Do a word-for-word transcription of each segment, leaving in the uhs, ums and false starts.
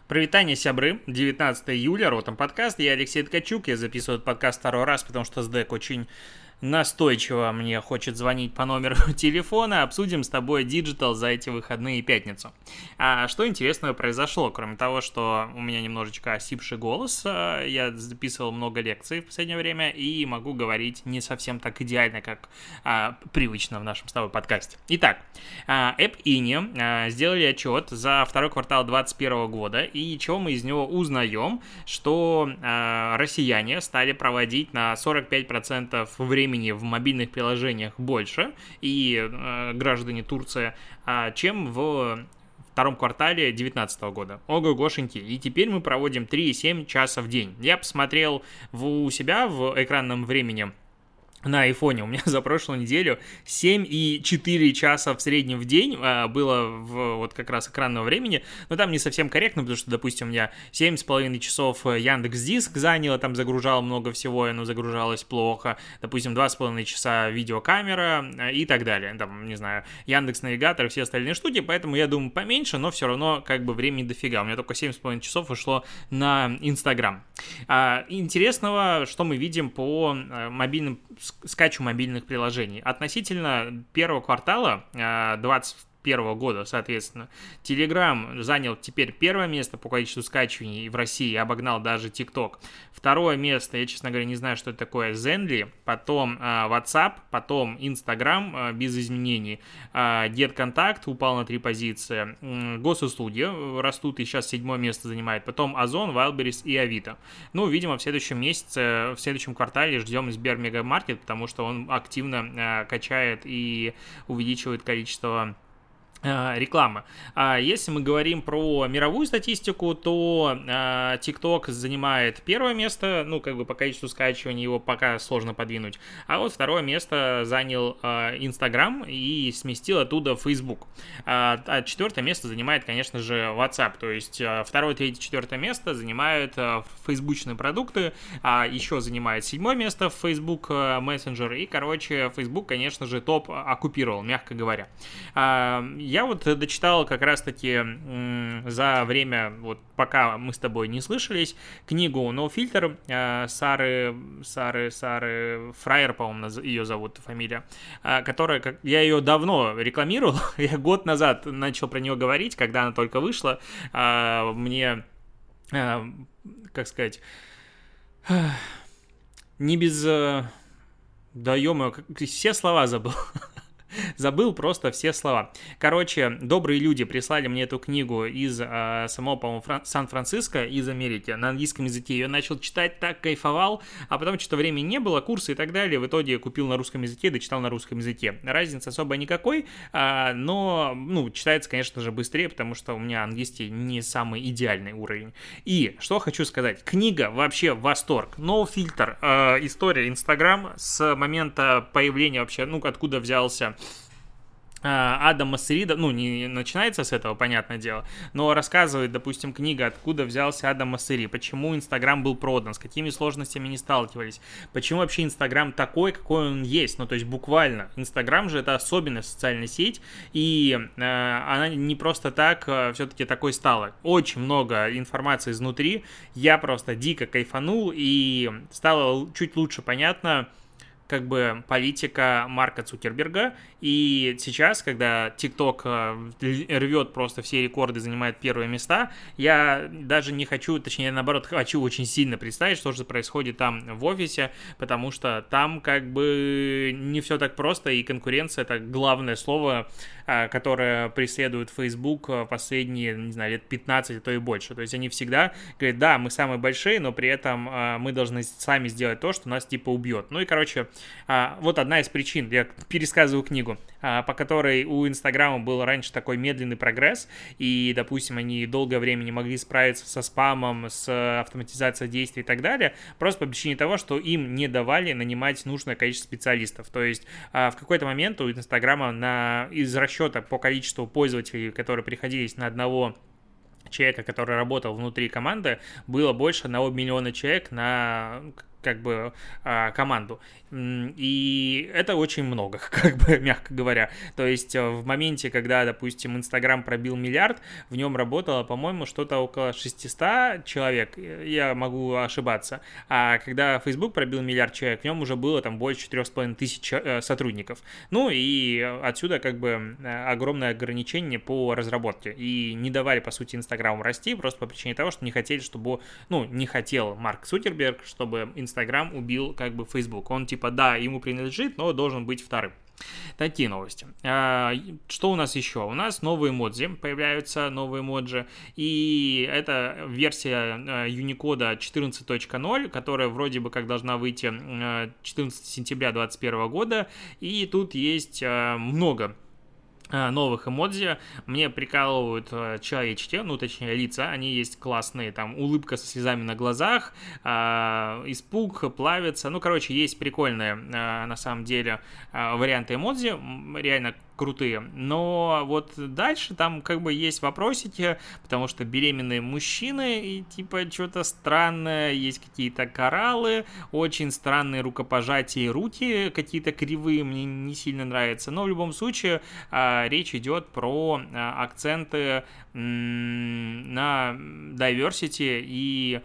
Привитание, сябры. девятнадцатое июля, Ротом подкаст. Я Алексей Ткачук. Я записываю этот подкаст второй раз, потому что СДЭК очень настойчиво мне хочет звонить по номеру телефона. Обсудим с тобой диджитал за эти выходные и пятницу. А что интересного произошло? Кроме того, что у меня немножечко осипший голос, я записывал много лекций в последнее время и могу говорить не совсем так идеально, как а, привычно в нашем с тобой подкасте. Итак, а, App Inc. а, сделали отчет за второй квартал две тысячи двадцать первого года, и чего мы из него узнаем, что а, россияне стали проводить на сорок пять процентов времени в мобильных приложениях больше, и э, граждане Турции, э, чем в втором квартале две тысячи девятнадцатого года. Ого-гошеньки. И теперь мы проводим три и семь часа в день. Я посмотрел в, у себя в экранном времени на айфоне. У меня за прошлую неделю семь и четыре часа в среднем в день а, было в, вот как раз экранного времени, но там не совсем корректно, потому что, допустим, у меня семь с половиной часов Яндекс.Диск заняло, там загружал много всего, и оно загружалось плохо, допустим, два с половиной часа видеокамера и так далее, там, не знаю, Яндекс.Навигатор и все остальные штуки, поэтому я думаю поменьше, но все равно как бы времени дофига. У меня только семь с половиной часов ушло на Инстаграм. А, интересного, что мы видим по мобильным скачу мобильных приложений. Относительно первого квартала двадцать первого года, соответственно, Telegram занял теперь первое место по количеству скачиваний в России и обогнал даже TikTok. Второе место, я, честно говоря, не знаю, что это такое, Zenly, потом э, WhatsApp, потом Instagram э, без изменений. Э, GetContact упал на три позиции. Э, госуслуги растут и сейчас седьмое место занимает. Потом Озон, Wildberries и Авито. Ну, видимо, в следующем месяце, в следующем квартале ждем Сбермегамаркет, потому что он активно э, качает и увеличивает количество рекламы. Если мы говорим про мировую статистику, то TikTok занимает первое место, ну, как бы по количеству скачиваний его пока сложно подвинуть, а вот второе место занял Instagram и сместил оттуда Facebook. А четвертое место занимает, конечно же, WhatsApp, то есть второе, третье, четвертое место занимают фейсбучные продукты, а еще занимает седьмое место в Facebook Messenger, и, короче, Facebook, конечно же, топ оккупировал, мягко говоря. Я вот дочитал как раз-таки м, за время, вот пока мы с тобой не слышались, книгу No Filter э, Сары, Сары, Сары Фрайер, по-моему, ее зовут, фамилия, э, которая, как, я ее давно рекламировал, я год назад начал про нее говорить, когда она только вышла, э, мне, э, как сказать, э, не без... Э, да, ё-моё, все слова забыл. Забыл просто все слова. Короче, добрые люди прислали мне эту книгу из э, самого, по-моему, Фран- Сан-Франциско, из Америки, на английском языке. Ее начал читать, так кайфовал, а потом что-то времени не было, курсы и так далее. В итоге купил на русском языке, дочитал на русском языке. Разницы особо никакой, э, но, ну, читается, конечно же, быстрее, потому что у меня английский не самый идеальный уровень. И, что хочу сказать, книга вообще восторг. No Filter, э, история Инстаграм с момента появления вообще, ну, откуда взялся Адам Моссерида, ну, не начинается с этого, понятное дело, но рассказывает, допустим, книга, откуда взялся Адам Моссери, почему Инстаграм был продан, с какими сложностями они сталкивались, почему вообще Инстаграм такой, какой он есть, ну, то есть буквально. Инстаграм же это особенная социальная сеть, и э, она не просто так э, все-таки такой стала. Очень много информации изнутри, я просто дико кайфанул, и стало чуть лучше понятно, как бы политика Марка Цукерберга, и сейчас, когда TikTok рвет просто все рекорды, занимает первые места, я даже не хочу, точнее, наоборот, хочу очень сильно представить, что же происходит там в офисе, потому что там как бы не все так просто, и конкуренция — это главное слово, которое преследует Facebook последние, не знаю, лет пятнадцать, а то и больше. То есть они всегда говорят, да, мы самые большие, но при этом мы должны сами сделать то, что нас типа убьет. Ну и, короче, вот одна из причин, я пересказываю книгу, по которой у Инстаграма был раньше такой медленный прогресс, и, допустим, они долгое время не могли справиться со спамом, с автоматизацией действий и так далее, просто по причине того, что им не давали нанимать нужное количество специалистов. То есть в какой-то момент у Инстаграма на, из расчета по количеству пользователей, которые приходились на одного человека, который работал внутри команды, было больше одного миллиона человек на как бы команду. И это очень много, как бы, мягко говоря. То есть в моменте, когда, допустим, Инстаграм пробил миллиард, в нем работало, по-моему, что-то около шестьсот человек, я могу ошибаться. А когда Facebook пробил миллиард человек, в нем уже было там больше четырех с половиной тысяч сотрудников. Ну и отсюда как бы огромное ограничение по разработке. И не давали, по сути, Инстаграму расти, просто по причине того, что не хотели, чтобы, ну, не хотел Марк Цукерберг, чтобы Инстаграм убил как бы Facebook. Он типа, да, ему принадлежит, но должен быть вторым. Такие новости. Что у нас еще? У нас новые эмодзи, появляются новые эмоджи, и это версия Unicode четырнадцать точка ноль, которая вроде бы как должна выйти четырнадцатого сентября две тысячи двадцать первого года, и тут есть много новых эмодзи. Мне прикалывают человечки, ну, точнее, лица, они есть классные, там, улыбка со слезами на глазах, э, испуг, плавится, ну, короче, есть прикольные, э, на самом деле, э, варианты эмодзи, реально крутые, но вот дальше там как бы есть вопросики, потому что беременные мужчины и типа что-то странное, есть какие-то кораллы, очень странные рукопожатия, руки какие-то кривые, мне не сильно нравятся, но в любом случае а, речь идет про а, акценты м- на diversity и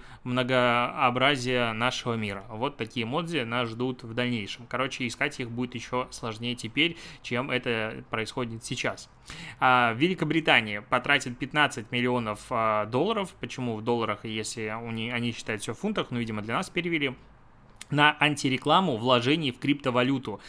многообразие нашего мира. Вот такие эмодзи нас ждут в дальнейшем. Короче, искать их будет еще сложнее теперь, чем это происходит сейчас. А, Великобритания потратит пятнадцать миллионов а, долларов. Почему в долларах, если они, они считают все в фунтах, ну, видимо, для нас перевели, на антирекламу вложений в криптовалюту.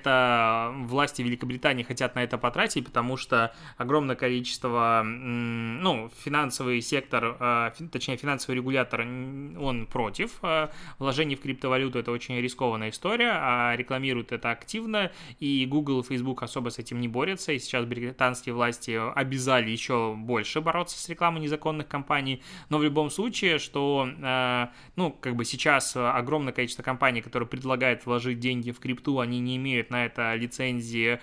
Это власти Великобритании хотят на это потратить, потому что огромное количество, ну, финансовый сектор, точнее, финансовый регулятор, он против вложений в криптовалюту, это очень рискованная история, а рекламируют это активно, и Google и Facebook особо с этим не борются, и сейчас британские власти обязали еще больше бороться с рекламой незаконных компаний, но в любом случае, что, ну, как бы сейчас огромное количество компаний, компании, которые предлагают вложить деньги в крипту, они не имеют на это лицензии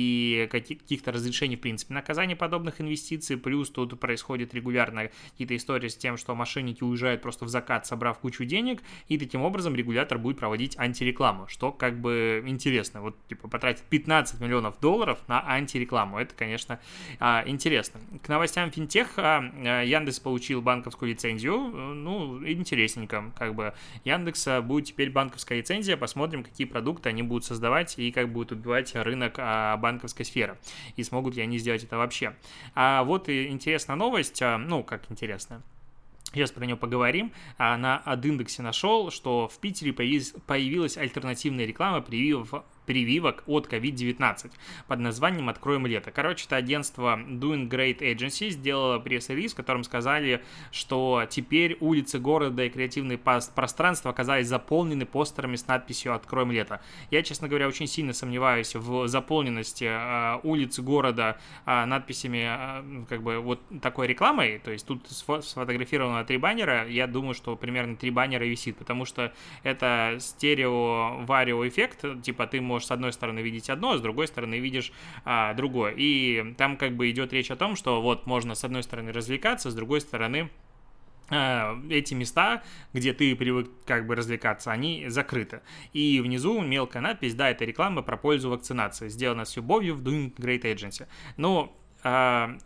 и каких-то разрешений, в принципе, на оказание подобных инвестиций, плюс тут происходит регулярно какие-то истории с тем, что мошенники уезжают просто в закат, собрав кучу денег, и таким образом регулятор будет проводить антирекламу, что как бы интересно, вот, типа, потратить пятнадцать миллионов долларов на антирекламу, это, конечно, интересно. К новостям финтеха. Яндекс получил банковскую лицензию, ну, интересненько, как бы, Яндекс будет теперь банковская лицензия, посмотрим, какие продукты они будут создавать и как будут убивать рынок а, банковской сферы, и смогут ли они сделать это вообще. А вот и интересная новость, а, ну, как интересная. Сейчас про него поговорим. А на Адиндексе нашел, что в Питере появилась, появилась альтернативная реклама прививов прививок от ковид девятнадцать под названием «Откроем лето». Короче, это агентство Doing Great Agency сделало пресс-релиз, в котором сказали, что теперь улицы города и креативные пространства оказались заполнены постерами с надписью «Откроем лето». Я, честно говоря, очень сильно сомневаюсь в заполненности э, улиц города э, надписями, э, как бы вот такой рекламой. То есть тут сфотографировано три баннера, я думаю, что примерно три баннера висит, потому что это стерео-варио эффект, типа ты можешь с одной стороны видеть одно, а с другой стороны видишь а, другое. И там как бы идет речь о том, что вот можно с одной стороны развлекаться, с другой стороны а, эти места, где ты привык как бы развлекаться, они закрыты. И внизу мелкая надпись, да, это реклама про пользу вакцинации, сделана с любовью в Doing Great Agency. Но а,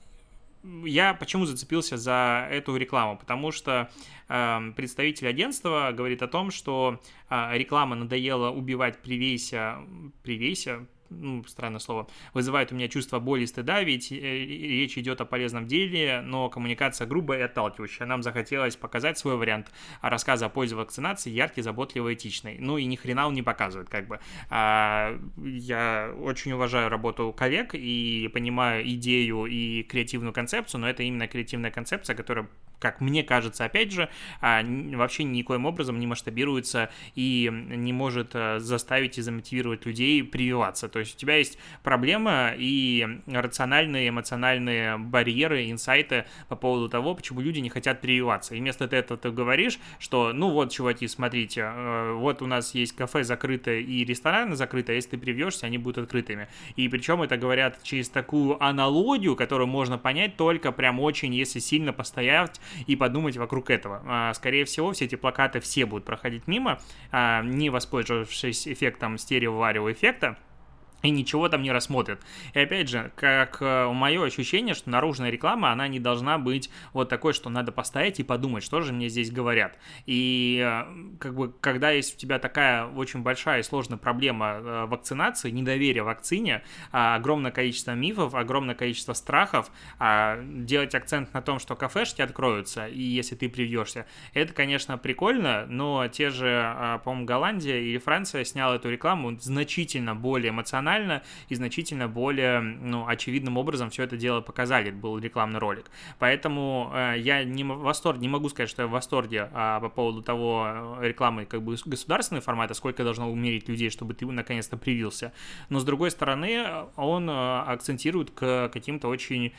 я почему зацепился за эту рекламу? Потому что э, представитель агентства говорит о том, что э, реклама надоела убивать привейся, привейся, ну, странное слово, вызывает у меня чувство боли и стыда, ведь речь идет о полезном деле, но коммуникация грубая и отталкивающая. Нам захотелось показать свой вариант рассказа о пользе вакцинации, яркий, заботливый, этичный. Ну и ни хрена он не показывает, как бы. А, я очень уважаю работу коллег и понимаю идею и креативную концепцию, но это именно креативная концепция, которая, как мне кажется, опять же, вообще никоим образом не масштабируется и не может заставить и замотивировать людей прививаться. То есть у тебя есть проблема и рациональные, эмоциональные барьеры, инсайты по поводу того, почему люди не хотят прививаться. И вместо этого ты говоришь, что, ну вот, чуваки, смотрите, вот у нас есть кафе закрытое и рестораны закрытые, а если ты привьешься, они будут открытыми. И причем это говорят через такую аналогию, которую можно понять только прям очень, если сильно постоять и подумать вокруг этого. Скорее всего, все эти плакаты все будут проходить мимо, не воспользовавшись эффектом стерео-варио эффекта, и ничего там не рассмотрят. И опять же, как э, мое ощущение, что наружная реклама, она не должна быть вот такой, что надо поставить и подумать, что же мне здесь говорят. И э, как бы, когда есть у тебя такая очень большая и сложная проблема э, вакцинации, недоверия вакцине, э, огромное количество мифов, огромное количество страхов, э, делать акцент на том, что кафешки откроются, и если ты привьешься, это, конечно, прикольно, но те же, э, по-моему, Голландия или Франция сняла эту рекламу значительно более эмоционально, и значительно более, ну, очевидным образом все это дело показали. Это был рекламный ролик. Поэтому э, я не в восторге, не могу сказать, что я в восторге а, по поводу того рекламы как бы государственного формата, сколько должно умереть людей, чтобы ты наконец-то привился. Но с другой стороны, он э, акцентирует к каким-то очень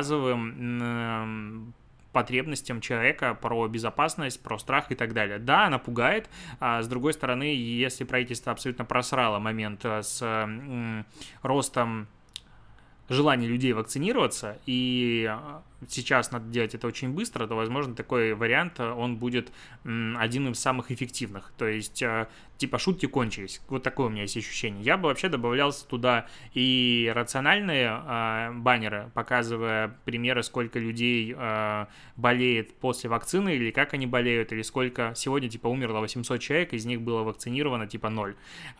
базовым э, потребностям человека, про безопасность, про страх и так далее. Да, она пугает, а с другой стороны, если правительство абсолютно просрало момент с м, ростом желание людей вакцинироваться, и сейчас надо делать это очень быстро, то, возможно, такой вариант, он будет один из самых эффективных. То есть, типа, шутки кончились. Вот такое у меня есть ощущение. Я бы вообще добавлял туда и рациональные э, баннеры, показывая примеры, сколько людей э, болеет после вакцины, или как они болеют, или сколько сегодня, типа, умерло восемьсот человек, из них было вакцинировано, типа, ноль.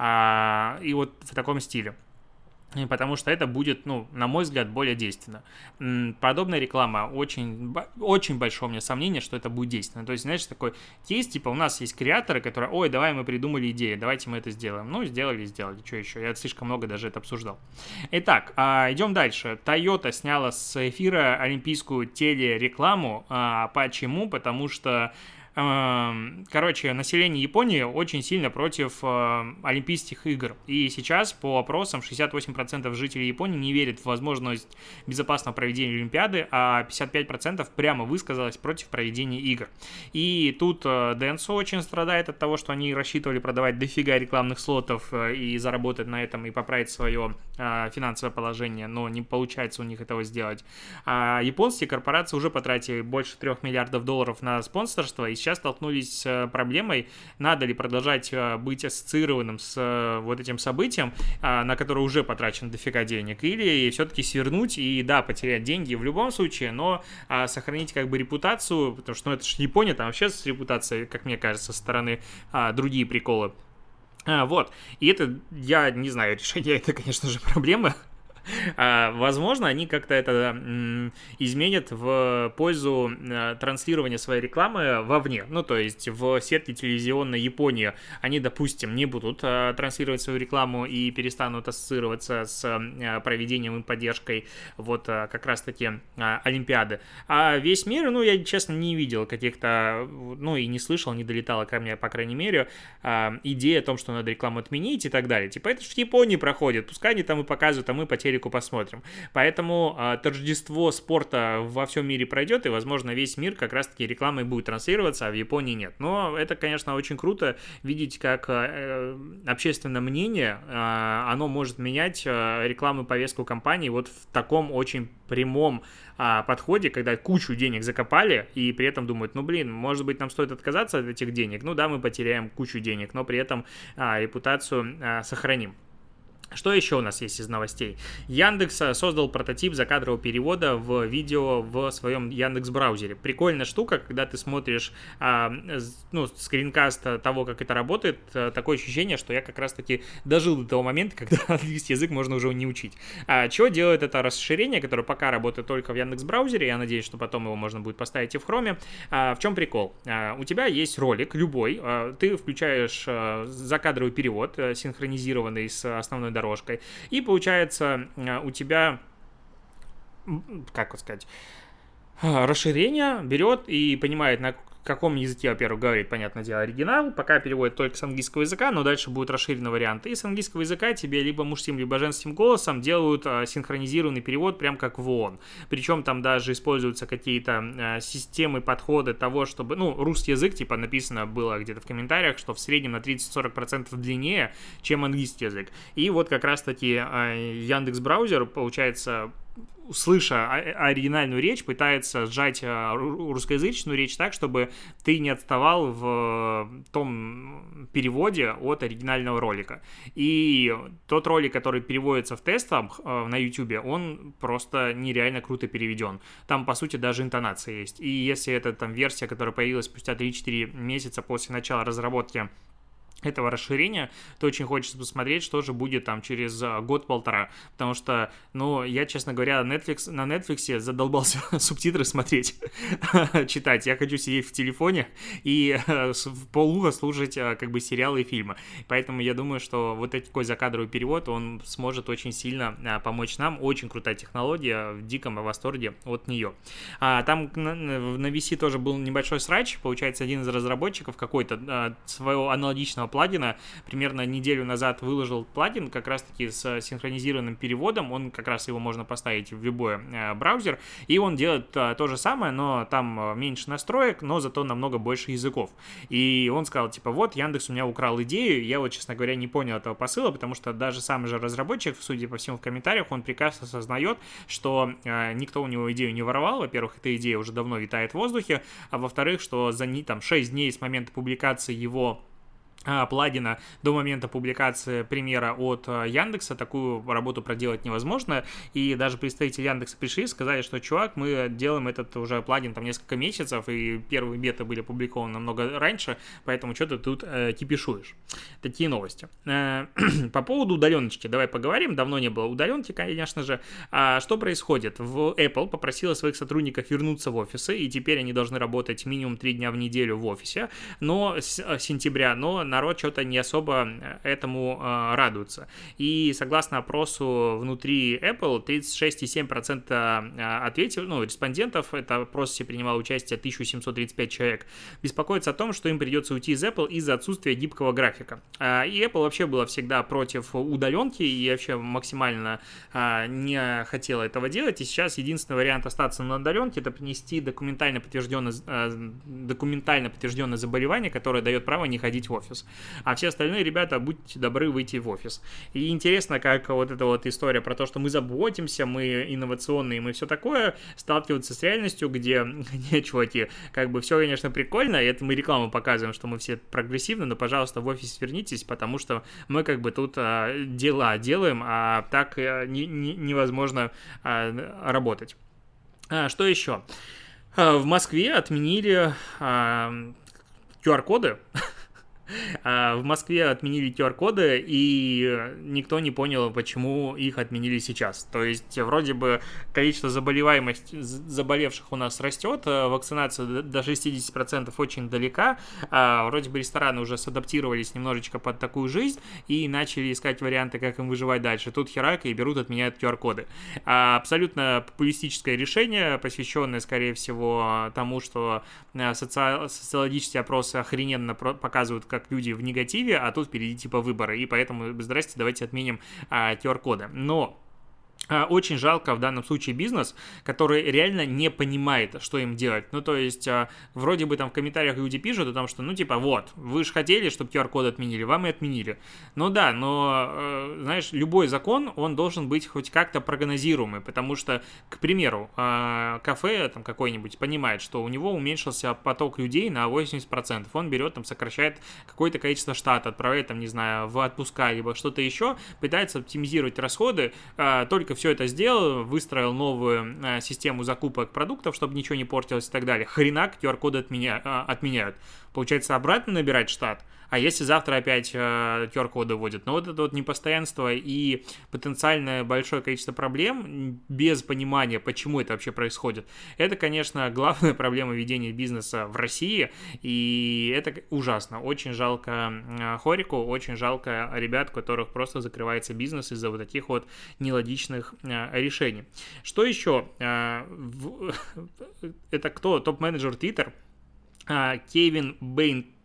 А, и вот в таком стиле. Потому что это будет, ну, на мой взгляд, более действенно. Подобная реклама, очень, очень большое у меня сомнение, что это будет действенно. То есть, знаешь, такой кейс, типа, у нас есть креаторы, которые, ой, давай мы придумали идею, давайте мы это сделаем. Ну, сделали, сделали, что еще? Я слишком много даже это обсуждал. Итак, идем дальше. Toyota сняла с эфира олимпийскую телерекламу. Почему? Потому что короче, население Японии очень сильно против э, Олимпийских игр. И сейчас по опросам шестьдесят восемь процентов жителей Японии не верят в возможность безопасного проведения Олимпиады, а пятьдесят пять процентов прямо высказалось против проведения игр. И тут э, Денсо очень страдает от того, что они рассчитывали продавать дофига рекламных слотов э, и заработать на этом и поправить свое э, финансовое положение, но не получается у них этого сделать. А японские корпорации уже потратили больше трех миллиардов долларов на спонсорство, и сейчас столкнулись с проблемой, надо ли продолжать быть ассоциированным с вот этим событием, на которое уже потрачено дофига денег, или все-таки свернуть и, да, потерять деньги в любом случае, но сохранить как бы репутацию, потому что, ну, это же Япония, там вообще с репутацией, как мне кажется, со стороны другие приколы. Вот, и это, я не знаю, решение это, конечно же, проблема. А, возможно, они как-то это м, изменят в пользу а, транслирования своей рекламы вовне. Ну, то есть в сетке телевизионной Японии они, допустим, не будут а, транслировать свою рекламу и перестанут ассоциироваться с а, проведением и поддержкой вот а, как раз-таки а, Олимпиады. А весь мир, ну, я, честно, не видел каких-то, ну, и не слышал, не долетало ко мне, по крайней мере, а, идеи о том, что надо рекламу отменить и так далее. Типа, это же в Японии проходит, пускай они там и показывают, а мы по телеку посмотрим. Поэтому э, торжество спорта во всем мире пройдет, и, возможно, весь мир как раз-таки рекламой будет транслироваться, а в Японии нет. Но это, конечно, очень круто видеть, как э, общественное мнение, э, оно может менять э, рекламную повестку компании вот в таком очень прямом э, подходе, когда кучу денег закопали, и при этом думают, ну, блин, может быть, нам стоит отказаться от этих денег. Ну да, мы потеряем кучу денег, но при этом э, репутацию э, сохраним. Что еще у нас есть из новостей? Яндекс создал прототип закадрового перевода в видео в своем Яндекс-браузере. Прикольная штука, когда ты смотришь а, ну, скринкаст того, как это работает, такое ощущение, что я как раз-таки дожил до того момента, когда английский язык можно уже не учить. А, чего делает это расширение, которое пока работает только в Яндекс-браузере, я надеюсь, что потом его можно будет поставить и в Хроме. А, в чем прикол? А, у тебя есть ролик любой, а, ты включаешь а, закадровый перевод, а, синхронизированный с основной дорогой, дорожкой. И получается у тебя, как вот сказать, расширение берет и понимает, на каком языке, во-первых, говорит, понятное дело, оригинал, пока переводит только с английского языка, но дальше будет расширенный вариант. И с английского языка тебе либо мужским, либо женским голосом делают а, синхронизированный перевод, прям как в ООН. Причем там даже используются какие-то а, системы, подходы того, чтобы, ну, русский язык, типа, написано было где-то в комментариях, что в среднем на тридцать-сорок процентов длиннее, чем английский язык. И вот как раз-таки а, Яндекс.Браузер, получается, слыша оригинальную речь, пытается сжать русскоязычную речь так, чтобы ты не отставал в том переводе от оригинального ролика. И тот ролик, который переводится в тестах на YouTube, он просто нереально круто переведен. Там, по сути, даже интонация есть. И если это там версия, которая появилась спустя три-четыре месяца после начала разработки этого расширения, то очень хочется посмотреть, что же будет там через год-полтора, потому что, ну, я, честно говоря, Netflix, на Netflix задолбался субтитры смотреть, читать, я хочу сидеть в телефоне и в полуха слушать как бы сериалы и фильмы, поэтому я думаю, что вот такой закадровый перевод, он сможет очень сильно помочь нам, очень крутая технология, в диком восторге от нее. А, там на, на ви си тоже был небольшой срач, получается, один из разработчиков какой-то своего аналогичного плагина, примерно неделю назад выложил плагин как раз-таки с синхронизированным переводом, он как раз его можно поставить в любой э, браузер, и он делает э, то же самое, но там меньше настроек, но зато намного больше языков. И он сказал, типа, вот, Яндекс у меня украл идею, я вот, честно говоря, не понял этого посыла, потому что даже сам же разработчик, судя по всему в комментариях, он прекрасно осознает, что э, никто у него идею не воровал, во-первых, эта идея уже давно витает в воздухе, а во-вторых, что за там, шесть дней с момента публикации его плагина до момента публикации примера от Яндекса такую работу проделать невозможно, и даже представители Яндекса пришли и сказали, что, чувак, мы делаем этот уже плагин там несколько месяцев, и первые беты были опубликованы намного раньше, поэтому что ты тут э, кипишуешь. Такие новости. Э, по поводу удаленочки давай поговорим, давно не было удаленки, конечно же. А что происходит? В Apple попросила своих сотрудников вернуться в офисы, и теперь они должны работать минимум три дня в неделю в офисе, но с сентября, но народ что-то не особо этому э, радуется. И согласно опросу внутри Apple, тридцать шесть целых семь десятых процента ответили, ну, респондентов, это опрос принимал участие тысяча семьсот тридцать пять человек, беспокоятся о том, что им придется уйти из Apple из-за отсутствия гибкого графика. А, и Apple вообще была всегда против удаленки и вообще максимально а, не хотела этого делать. И сейчас единственный вариант остаться на удаленке — это принести документально подтвержденное, а, документально подтвержденное заболевание, которое дает право не ходить в офис. А все остальные ребята, будьте добры, выйти в офис. И интересно, как вот эта вот история про то, что мы заботимся, мы инновационные, мы все такое, сталкиваются с реальностью, где, не, чуваки, как бы все, конечно, прикольно, и это мы рекламу показываем, что мы все прогрессивны, но, пожалуйста, в офис вернитесь, потому что мы как бы тут а, дела делаем, а так а, не, не, невозможно а, работать. А, что еще? А, в Москве отменили а, ку ар-коды. В Москве отменили ку ар-коды, и никто не понял, почему их отменили сейчас. То есть, вроде бы, количество заболеваемости, заболевших у нас растет, вакцинация до шестьдесят процентов очень далека, вроде бы рестораны уже садаптировались немножечко под такую жизнь и начали искать варианты, как им выживать дальше. Тут херак, и берут, отменяют ку ар-коды. Абсолютно популистическое решение, посвященное, скорее всего, тому, что соци... социологические опросы охрененно показывают, как люди в негативе, а тут впереди типа выборы, и поэтому, здрасте, давайте отменим а, ку ар-коды. Но очень жалко в данном случае бизнес, который реально не понимает, что им делать. Ну, то есть, вроде бы там в комментариях люди пишут о том, что, ну, типа, вот, вы же хотели, чтобы ку ар-коды отменили, вам и отменили. Ну да, но, знаешь, любой закон, он должен быть хоть как-то прогнозируемый, потому что, к примеру, кафе там какой-нибудь понимает, что у него уменьшился поток людей на восемьдесят процентов. Он берет, там, сокращает какое-то количество штата, отправляет, там, не знаю, в отпуска, либо что-то еще, пытается оптимизировать расходы, только все это сделал, выстроил новую э, систему закупок продуктов, чтобы ничего не портилось и так далее. Хренак ку ар-коды отменя... э, отменяют. Получается, обратно набирать штат. А если завтра опять э, ку ар-коды вводят? Но вот это вот непостоянство и потенциальное большое количество проблем без понимания, почему это вообще происходит, это, конечно, главная проблема ведения бизнеса в России, и это ужасно. Очень жалко э, Хорику, очень жалко ребят, у которых просто закрывается бизнес из-за вот таких вот нелогичных э, решений. Что еще? Э, в... это кто? Топ-менеджер Twitter Кевин Бейн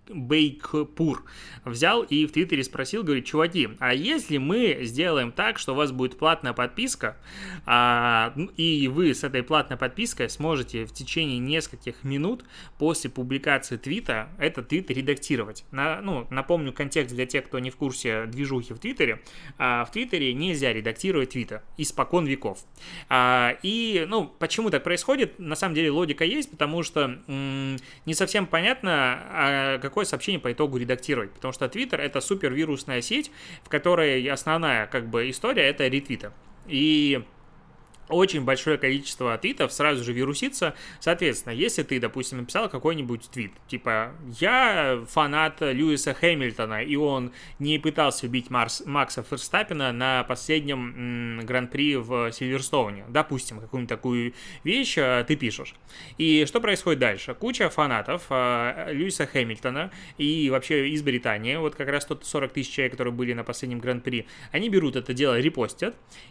Бейкпур взял и в Твиттере спросил, говорит, чуваки, а если мы сделаем так, что у вас будет платная подписка, а, и вы с этой платной подпиской сможете в течение нескольких минут после публикации твита этот твит редактировать. На, ну, напомню контекст для тех, кто не в курсе движухи в Твиттере. А, в Твиттере нельзя редактировать твиты испокон веков. А, и, ну, почему так происходит? На самом деле логика есть, потому что м- не совсем понятно, а, какой какое сообщение по итогу редактировать, потому что Twitter — это супервирусная сеть, в которой основная как бы история — это ретвиты. И очень большое количество твитов сразу же вирусится. Соответственно, если ты, допустим, написал какой-нибудь твит, типа «Я фанат Льюиса Хэмилтона, и он не пытался убить Марс, Макса Ферстаппена на последнем м, гран-при в Сильверстоуне», допустим, какую-нибудь такую вещь а, ты пишешь. И что происходит дальше? Куча фанатов а, Льюиса Хэмилтона и вообще из Британии, вот как раз тот сорок тысяч человек, которые были на последнем гран-при, они берут это дело, репостят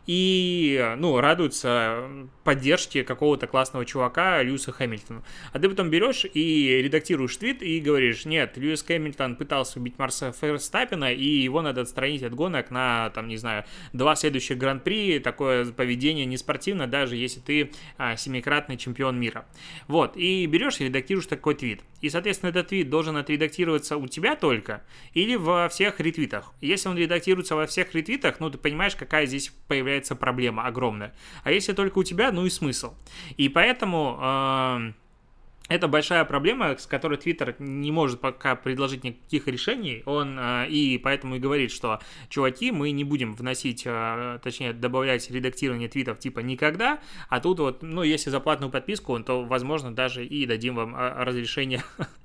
и, ну, радуются поддержки какого-то классного чувака Льюиса Хэмилтона. А ты потом берешь и редактируешь твит и говоришь: нет, Льюис Хэмилтон пытался убить Макса Ферстаппена, и его надо отстранить от гонок на, там, не знаю, два следующих гран-при. Такое поведение не спортивно, даже если ты а, семикратный чемпион мира. Вот, и берешь и редактируешь такой твит. И, соответственно, этот твит должен отредактироваться у тебя только или во всех ретвитах. Если он редактируется во всех ретвитах, ну, ты понимаешь, какая здесь появляется проблема огромная. А если только у тебя, ну и смысл. И поэтому э, это большая проблема, с которой Twitter не может пока предложить никаких решений. Он э, и поэтому и говорит, что, чуваки, мы не будем вносить, э, точнее, добавлять редактирование твитов типа никогда, а тут вот, ну, если за платную подписку, то, возможно, даже и дадим вам разрешение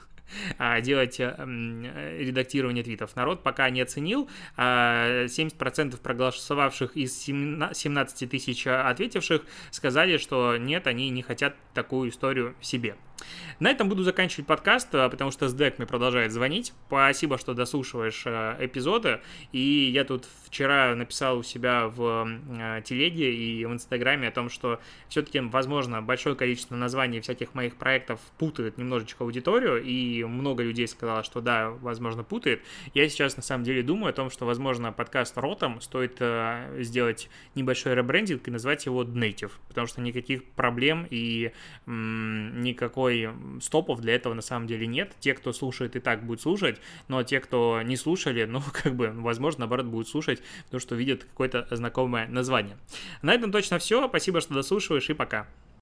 делать редактирование твитов. Народ пока не оценил. семьдесят процентов проголосовавших из семнадцати тысяч ответивших сказали, что нет, они не хотят такую историю себе. На этом буду заканчивать подкаст, потому что СДЭК мне продолжает звонить. Спасибо, что дослушиваешь эпизоды. И я тут вчера написал у себя в телеге и в Инстаграме о том, что все-таки, возможно, большое количество названий всяких моих проектов путает немножечко аудиторию, и много людей сказало, что да, возможно, путает. Я сейчас на самом деле думаю о том, что, возможно, подкаст Ротом стоит сделать небольшой ребрендинг и назвать его Native, потому что никаких проблем и м- никакой стопов для этого на самом деле нет. Те, кто слушает, и так будут слушать, но те, кто не слушали, ну, как бы, возможно, наоборот, будут слушать, потому что видят какое-то знакомое название. На этом точно все. Спасибо, что дослушиваешь, и пока.